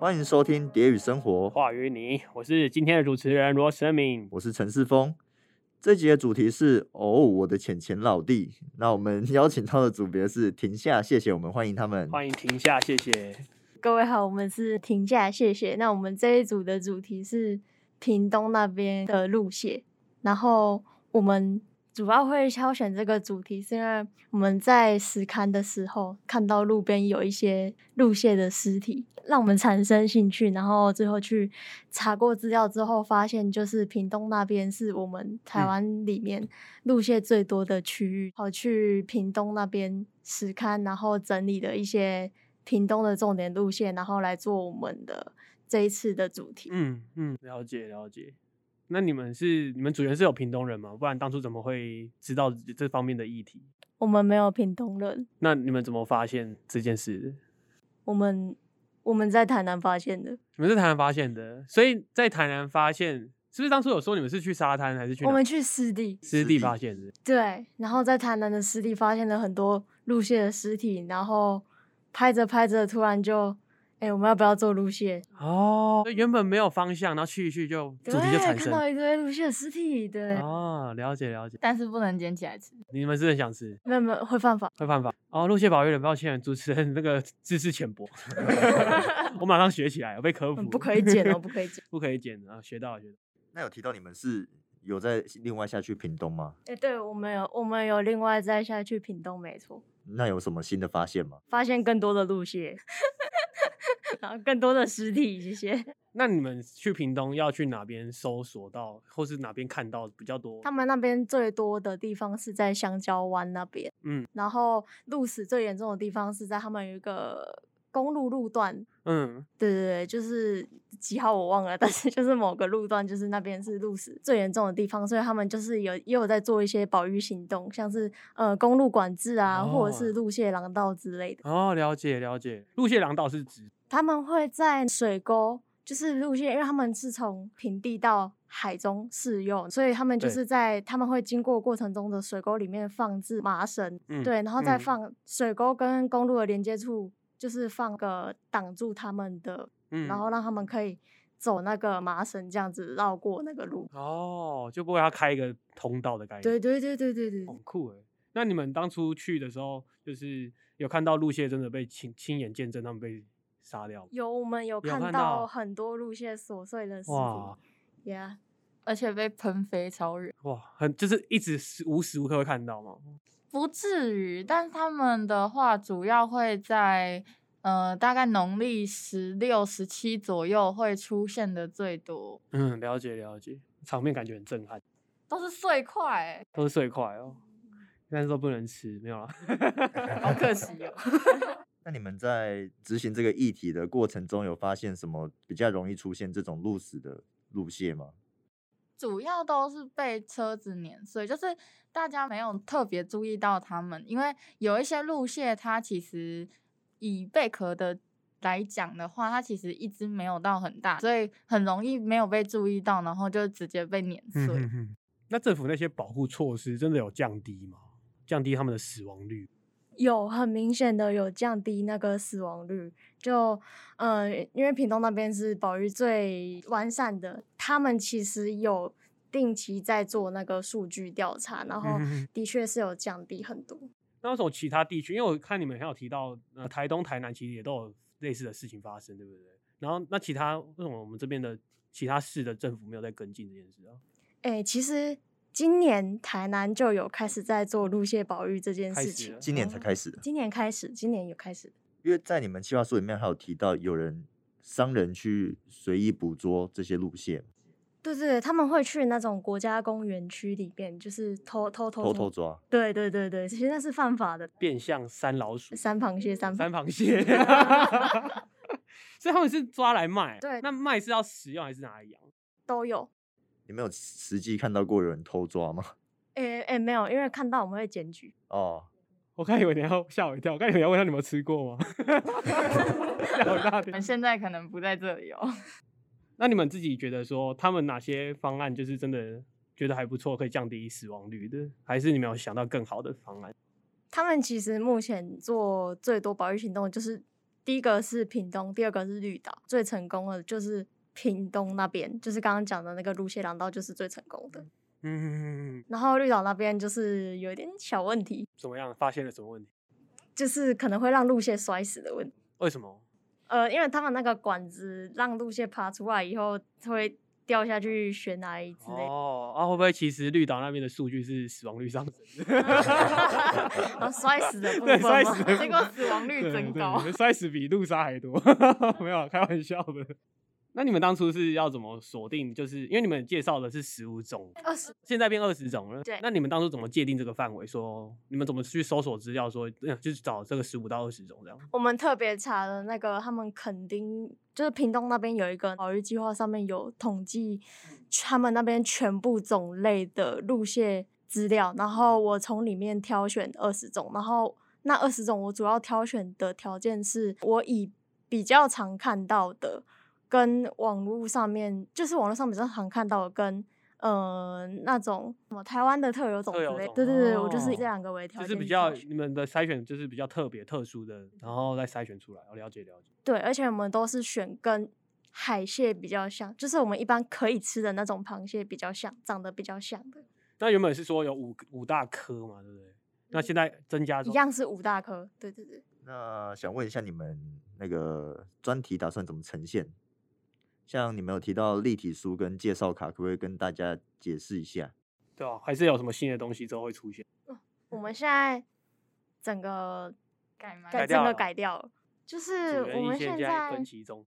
欢迎收听《蝶语生活》， 话与你，我是今天的主持人罗生明， 我是陈世峰。这集的主题是我的浅浅老弟。那我们邀请到的组别是停下，谢谢，我们欢迎他们。 欢迎停下，谢谢。 各位好，我们是停下，谢谢。那我们这一组的主题是屏东那边的鹿蟹，然后我们主要会挑选这个主题，是因为我们在实勘的时候看到路边有一些鹿蟹的尸体，让我们产生兴趣，然后最后去查过资料之后，发现就是屏东那边是我们台湾里面鹿蟹最多的区域，跑去屏东那边实勘，然后整理了一些屏东的重点路线，然后来做我们的这一次的主题。 了解了解。那你们组员是有屏东人吗？不然当初怎么会知道这方面的议题？ 我们没有屏东人。 那你们怎么发现这件事的？ 我们在台南发现的。 你们是台南发现的，所以在台南发现，是不是当初有说你们是去沙滩还是去哪？ 我们去湿地发现的。 对，然后在台南的湿地发现了很多鹿蟹的尸体，然后拍着拍着，突然就，我们要不要做鹿蟹？ 哦，原本没有方向，然后去一去就主题就产生。 看到一堆鹿蟹的尸体，对。 哦，了解了解。 但是不能捡起来吃。 你们是很想吃？ 没有，会犯法。 会犯法。哦，鹿蟹保育人，抱歉，主持人那个知识浅薄，我马上学起来，我被科普。 不可以捡哦，不可以捡。 不可以捡啊，学到。 那有提到你们是有在另外下去屏东吗？ 对，我们有另外再下去屏东，没错。 那有什么新的发现吗？ 发现更多的鹿蟹，然后更多的尸体，谢谢。 那你们去屏东要去哪边搜索到，或是哪边看到比较多？ 他们那边最多的地方是在香蕉湾那边，然后鹿死最严重的地方是在他们有一个公路路段，对，就是几号我忘了，但是就是某个路段，就是那边是鹿死最严重的地方，所以他们就是也有在做一些保育行动，像是公路管制啊，或者是鹿蟹廊道之类的。 哦，了解了解。鹿蟹廊道是指他们会在水沟。就是鹿蟹，因为他们是从平地到海中适用，所以他们就是他们会经过过程中的水沟里面放置麻绳，对，然后再放水沟跟公路的连接处，就是放个挡住他们的，然后让他们可以走那个麻绳这样子绕过那个路。 哦，就不会要开一个通道的概念。 对， 很酷哎。那你们当初去的时候，就是有看到鹿蟹真的被亲眼见证他们被杀掉？ 我们有看到很多鹿蟹琐碎的尸体。哇 ，Yeah， 而且被喷飞超远。 哇，就是一直无时无刻会看到吗？ 不至于，但他们的话主要会在大概农历16、17左右会出现的最多。 了解了解，场面感觉很震撼。 都是碎块都是碎块哦，但是都不能吃，没有啦。 好可惜哦。 那你们在执行这个议题的过程中，有发现什么比较容易出现这种鹿死的鹿蟹吗？ 主要都是被车子碾碎，就是大家没有特别注意到它们，因为有一些鹿蟹，它其实以贝壳的来讲的话，它其实一只没有到很大，所以很容易没有被注意到，然后就直接被碾碎。 那政府那些保护措施真的有降低吗？降低他们的死亡率？ 有很明显的有降低那个死亡率，就因为屏东那边是保育最完善的，他们其实有定期在做那个数据调查，然后的确是有降低很多。 那为什么其他地区？因为我看你们还有提到台东、台南其实也都有类似的事情发生，对不对？然后那为什么我们这边的其他市的政府没有在跟进这件事啊？ 其实今年台南就有开始在做鹿蟹保育这件事情。 今年才开始？ 今年有开始。 因为在你们计划书里面还有提到有商人去随意捕捉这些鹿蟹。 对，他们会去那种国家公园区里面，就是偷抓。 对，其实那是犯法的， 变相山老鼠、 山螃蟹。 所以他们是抓来卖。 对， 那卖是要食用还是拿来养？ 都有。 你没有实际看到过有人偷抓吗？ 没有，因为看到我们会检举。 哦， 我刚以为你要吓我一跳，我刚以为你要问他你有没有吃过吗？吓我一大跳。 我们现在可能不在这里哦。 那你们自己觉得说，他们哪些方案就是真的觉得还不错，可以降低死亡率的？还是你们有想到更好的方案？ 他们其实目前做最多保育行动就是第一个是屏东，第二个是绿岛，最成功的就是屏东那边，就是刚刚讲的那个路线廊道就是最成功的。然后绿岛那边就是有一点小问题， 怎么样？发现了什么问题？ 就是可能会让路线摔死的问题。 为什么？ 因为他们那个管子让路线爬出来以后会掉下去悬崖之类的。 会不会其实绿岛那边的数据是死亡率上升的？ 然后摔死的部对， 分吗？ 摔死的结果死亡率增高。 对摔死比路杀还多，没有开玩笑的。那你们当初是要怎么锁定？就是因为你们介绍的是15种 20， 现在变20种了。 对。 那你们当初怎么界定这个范围？说你们怎么去搜索资料？说就是找这个15到20种这样。 我们特别查了那个他们垦丁，就是屏东那边有一个保育计划，上面有统计他们那边全部种类的路线资料，然后我从里面挑选20种，然后那20种我主要挑选的条件是我以比较常看到的。跟网络上面，就是网络上比较常看到的，跟那种什么台湾的特有种之类，对对对，我就是以这2个为条件， 就是比较你们的筛选就是比较特别特殊的，然后再筛选出来，我了解了解。 对，而且我们都是选跟海蟹比较像，就是我们一般可以吃的那种螃蟹比较像，长得比较像的。 那原本是说有五大科嘛，对不对？那现在增加一样是5大科，对对对。 那想问一下你们那个专题打算怎么呈现？像你们有提到立体书跟介绍卡，可不可以跟大家解释一下？ 对啊，还是有什么新的东西之后会出现？ 我们现在整个改掉了，就是我们现在分歧中，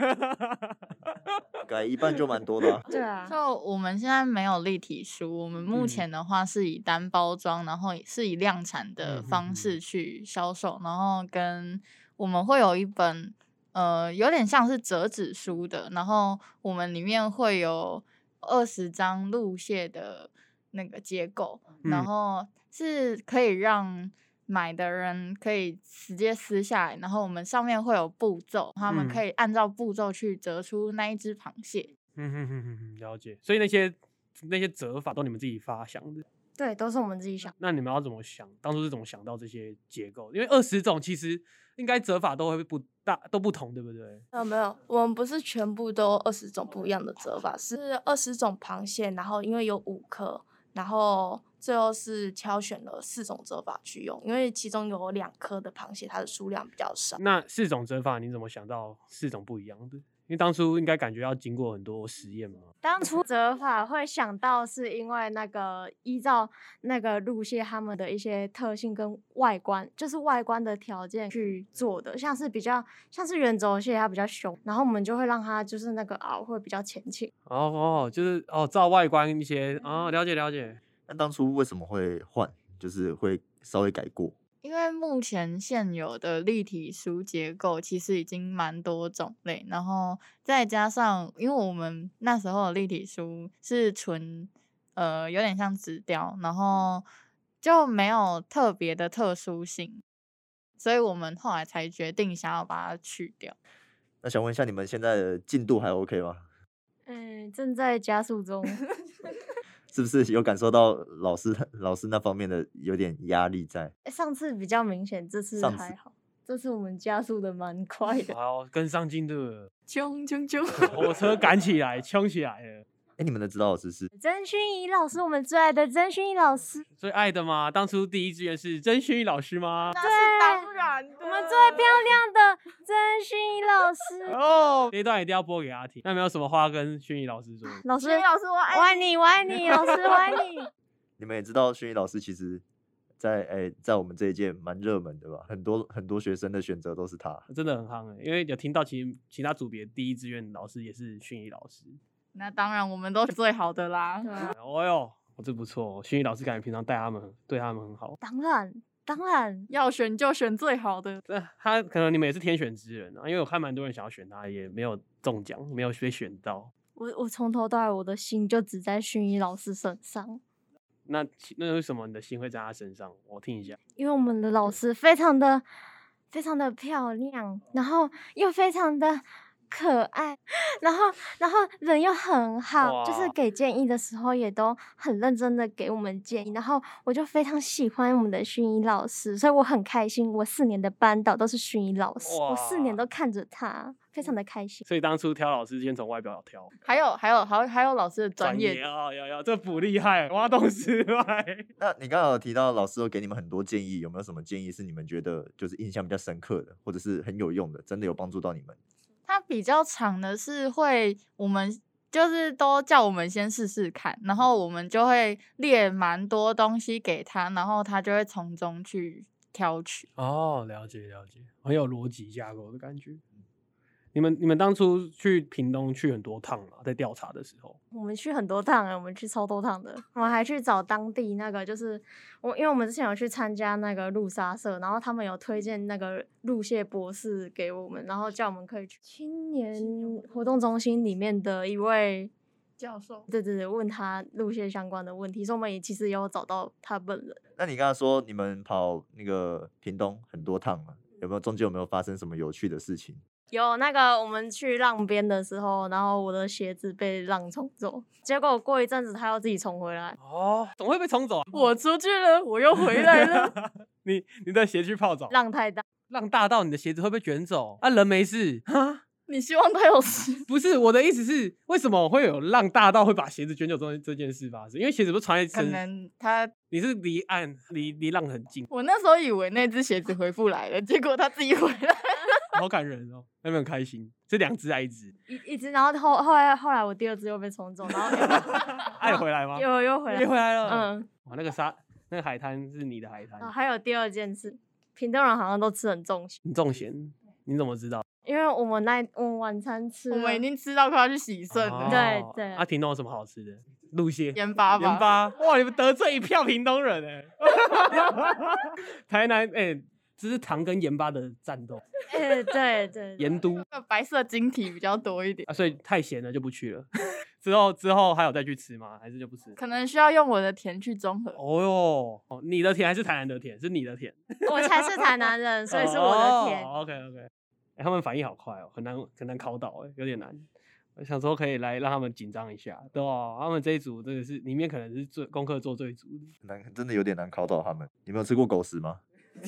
改一半就蛮多的、啊。 对啊， 就我们现在没有立体书，我们目前的话是以单包装，然后是以量产的方式去销售，然后跟我们会有一本。有点像是折纸书的，然后我们里面会有20张路线的那个结构，然后是可以让买的人可以直接撕下来，然后我们上面会有步骤，他们可以按照步骤去折出那一只螃蟹。 了解。所以那些折法都你们自己发想的？ 对，都是我们自己想。 那你们要怎么想？当初是怎么想到这些结构？因为20种其实应该折法都会都不同，对不对？ 没有，我们不是全部都20种不一样的折法，是20种螃蟹，然后因为有5颗，然后最后是挑选了4种折法去用，因为其中有2颗的螃蟹它的数量比较少。 那4种折法你怎么想到4种不一样的？因为当初应该感觉要经过很多实验嘛。 当初折法会想到是因为那个依照那个路蟹它们的一些特性跟外观，就是外观的条件去做的，像是圆轴蟹它比较凶，然后我们就会让它就是那个螯会比较前倾。 就是照外观一些了解了解。 那当初为什么会换？就是会稍微改过？ 因为目前现有的立体书结构其实已经蛮多种类，然后再加上因为我们那时候的立体书是纯有点像纸雕，然后就没有特别的特殊性，所以我们后来才决定想要把它去掉。 那想问一下，你们现在的进度还 OK 吗？ 正在加速中。 是不是有感受到老师那方面的有点压力在？ 上次比较明显，这次还好。这次我们加速的蛮快的。 好，跟上进度了， 冲！ 火车赶起来，冲起来了。 你们的指导老师是曾薰怡老师，我们最爱的曾薰怡老师。 最爱的吗？当初第一志愿是曾薰怡老师吗？ 那是当然的， 我们最漂亮的曾薰怡老师。 这一段一定要播给他听。那有没有什么话跟薰怡老师说？ 老师， 我爱你，我爱你，老师我爱你。 你们也知道，薰怡老师其实在我们这一届蛮热门的吧？很多学生的选择都是他， 真的很夯因为有听到其他组别第一志愿老师也是薰怡老师。 那当然，我们都是最好的啦。 这不错，薰怡老师感觉平常对他们很好。 当然， 要选就选最好的。 他可能你们也是天选之人因为我看蛮多人想要选他，也没有中奖，没有被选到。 我从头到尾我的心就只在薰怡老师身上。 那为什么你的心会在他身上？我听一下。 因为我们的老师非常的漂亮，然后又非常的可爱，然后人又很好，就是哇给建议的时候也都很认真的给我们建议，然后我就非常喜欢我们的薰衣老师，所以我很开心，我4年的班导都是薰衣老师，我4年哇都看着他，非常的开心。 所以当初挑老师先从外表挑， 还有老师的专业， 啊，要这补厉害，挖洞失败。 那你刚刚有提到老师有给你们很多建议，有没有什么建议是你们觉得就是印象比较深刻的，或者是很有用的，真的有帮助到你们？ 它比较长的是我们就是都叫我们先试试看，然后我们就会列蛮多东西给他，然后他就会从中去挑取。 哦，了解，很有逻辑架构的感觉。你们当初去屏东去很多趟嘛，在调查的时候， 我们去很多趟我们去超多趟的，我们还去找当地那个，就是因为我们之前有去参加那个路杀社，然后他们有推荐那个陆蟹博士给我们，然后叫我们可以去青年活动中心里面的一位教授， 对，问他路蟹相关的问题，所以我们也其实有找到他本人。 那你刚刚说你们跑那个屏东很多趟嘛，中间有没有发生什么有趣的事情？ 有那个我们去浪边的时候，然后我的鞋子被浪冲走，结果过一阵子它又自己冲回来。 哦，怎么会被冲走啊？ 我出去了，我又回来了。 你的鞋去泡澡， 浪太大， 浪大到你的鞋子会被卷走啊？人没事哈？ 你希望他有事？ 不是，我的意思是，为什么会有浪大到会把鞋子卷走这件事发生？因为鞋子不是穿在可身， 能他， 你是离岸离浪很近， 我那时候以为那只鞋子回不来了，结果他自己回来。 好感人哦，有没有很开心？是2只还1只？ 一直，然后后来我第2只又被冲走，然后爱回来吗？ 又回来， 又回来了。 嗯， 哇，那个海滩是你的海滩， 还有第2件事，屏东人好像都吃很重咸， 你重咸，你怎么知道？ 因为我们晚餐吃了， 我们已经吃到快要去洗肾了。 哦对啊，屏东有什么好吃的？鹿蟹、 盐巴吧， 盐巴，哇，你们得罪一票屏东人哎！台南这是糖跟盐巴的战斗， 对， 盐都那白色晶体比较多一点， 啊，所以太咸了就不去了。之后还有再去吃吗？还是就不吃？ 可能需要用我的田去综合。 哦哟，你的田还是台南的田？是你的田， 我才是台南人，所以是我的田。 OK，他们反应好快哦，很难考倒有点难。我想说可以来让他们紧张一下，对吧？他们这一组真的是里面可能是功课做最足的。 真的有点难考倒他们。你们有吃过狗食吗？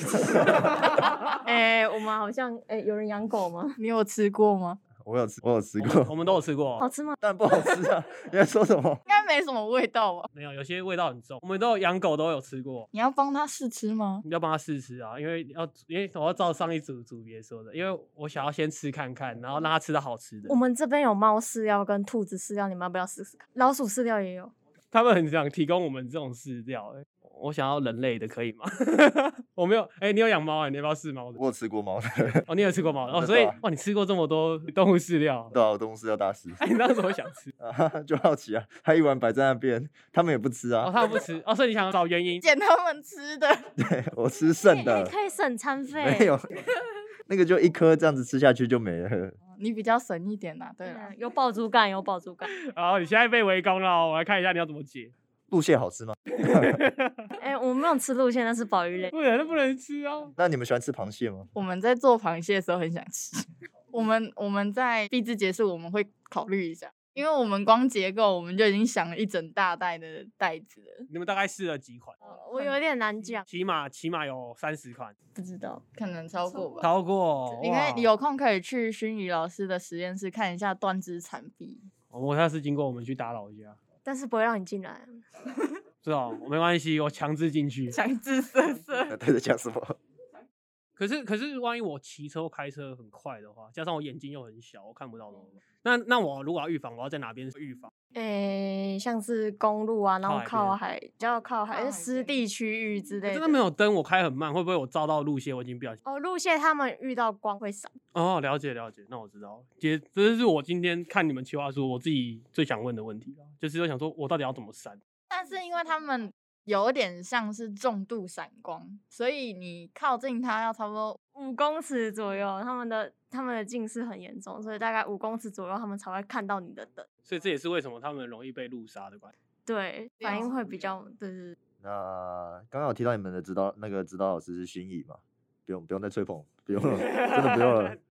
我们好像有人养狗吗？ 你有吃过吗？ 我有吃过， 我们都有吃过， 好吃吗？ 但不好吃啊！你在说什么？ 应该没什么味道吧？ 没有，有些味道很重。我们都有养狗都有吃过， 你要帮他试吃吗？ 你要帮他试吃啊，因为我要照上一组别说的，因为我想要先吃看看，然后让他吃到好吃的我。们这边有猫饲料跟兔子饲料，你们要不要试试看？老鼠饲料也有。 他们很想提供我们这种饲料，我想要人类的，可以吗？我没有，你有养猫你要不要试猫的？ 我有吃过猫的， 哦，你有吃过猫的哦， 对啊所以哇，你吃过这么多动物饲料， 对啊，我动物饲料大师你当时怎么想吃？ 啊，就好奇啊，还一碗摆在那边，他们也不吃哦， 啊。 他们不吃哦，所以你想找原因？ 捡他们吃的。 对我吃剩的， 可以省餐费。 没有，那个就一颗这样子吃下去就没了。 你比较省一点啦，对啦。 有饱足感。 好，你现在被围攻了，我来看一下你要怎么解。 鹿蟹好吃吗？ 我没有吃鹿蟹，那是保育类。 不能吃啊！ 那你们喜欢吃螃蟹吗？ 我们在做螃蟹的时候很想吃，我们在毕制结束我们会考虑一下，因为我们光结构我们就已经想了一整大袋的袋子了， 你们大概试了几款？ 我有点难讲， 起码有30款， 不知道。 可能超过吧。 超过。 你有空可以去薰衣老师的实验室看一下断肢残壁。 我下次经过我们去打扰一下。 但是不会让你进来。 是哦，没关系，我强制进去。 强制色色。 他在讲什么？ 可是，万一我骑车开车很快的话，加上我眼睛又很小，我看不到的。那我如果要预防，我要在哪边预防？ 像是公路啊，然后靠比较靠海湿地区域之类的。 真的没有灯，我开很慢，会不会我照到路线？我已经不小心。 路线他们遇到光会闪。 哦，了解，那我知道。这是我今天看你们企划书，我自己最想问的问题了，就是我想说，我到底要怎么闪？ 但是因为他们有点像是重度闪光，所以你靠近它要差不多 5公尺左右，他们的近视很严重，所以大概5公尺左右他们才会看到你的灯。 所以这也是为什么他们容易被路杀的关系。 对，反应会比较对。 那刚刚有提到你们的指导老师是薰衣嘛？不用再吹捧，不用了，真的不用了。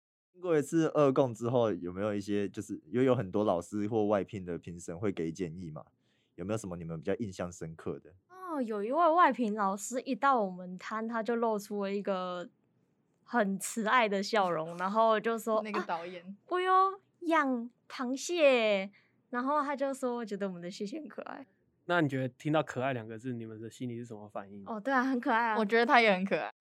过一次二共之后，有没有一些就是有很多老师或外聘的评审会给建议嘛？有没有什么你们比较印象深刻的？ 哦，有一位外评老师一到我们摊，他就露出了一个很慈爱的笑容，然后就说那个导演， 我有养螃蟹，然后他就说觉得我们的蟹蟹很可爱。 那你觉得听到“可爱”2个字，你们的心里是什么反应？ 哦，对啊，很可爱啊。 我觉得他也很可爱。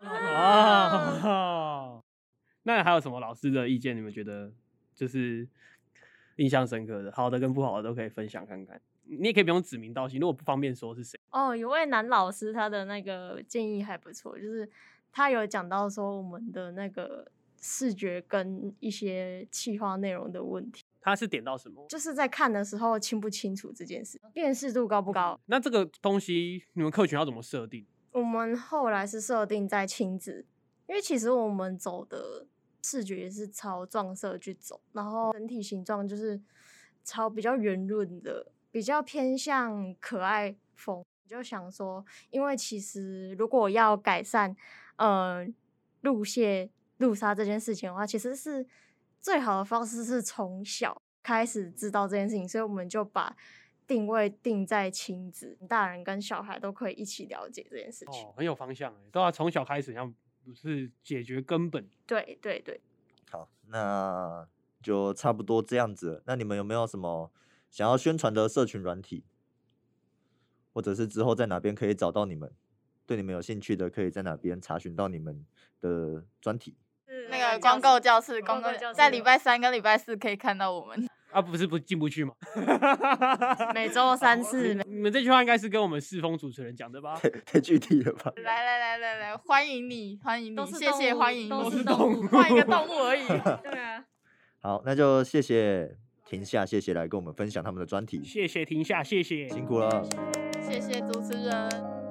啊，那还有什么老师的意见？你们觉得就是印象深刻的，好的跟不好的都可以分享看看。你也可以不用指名道姓，如果不方便说是谁。 哦，有位男老师，他的那个建议还不错，就是他有讲到说我们的那个视觉跟一些企划内容的问题， 他是点到什么？ 就是在看的时候清不清楚这件事，辨识度高不高。 那这个东西你们客群要怎么设定？ 我们后来是设定在亲子，因为其实我们走的视觉也是朝撞色去走，然后整体形状就是朝比较圆润的，比较偏向可爱风。就想说，因为其实如果要改善路蟹路杀这件事情的话，其实是最好的方式是从小开始知道这件事情，所以我们就把定位定在亲子，大人跟小孩都可以一起了解这件事情。 哦，很有方向哎，都要从小开始，要不是解决根本。 对对对。 好，那就差不多这样子了。那你们有没有什么想要宣传的社群软体，或者是之后在哪边可以找到你们？对你们有兴趣的，可以在哪边查询到你们的专题？ 那个光购教室， 光购教室在礼拜3跟礼拜4可以看到我们。 啊，不是进不去吗？ 每周3次。 你们这句话应该是跟我们世风主持人讲的吧？ 太具体了吧？ 来，欢迎你，欢迎你， 都是谢谢， 动物欢迎都是你， 动物换一个动物而已。 对啊。 好，那就谢谢停下，谢谢来跟我们分享他们的专题， 谢谢停下，谢谢。 辛苦了。 谢谢主持人。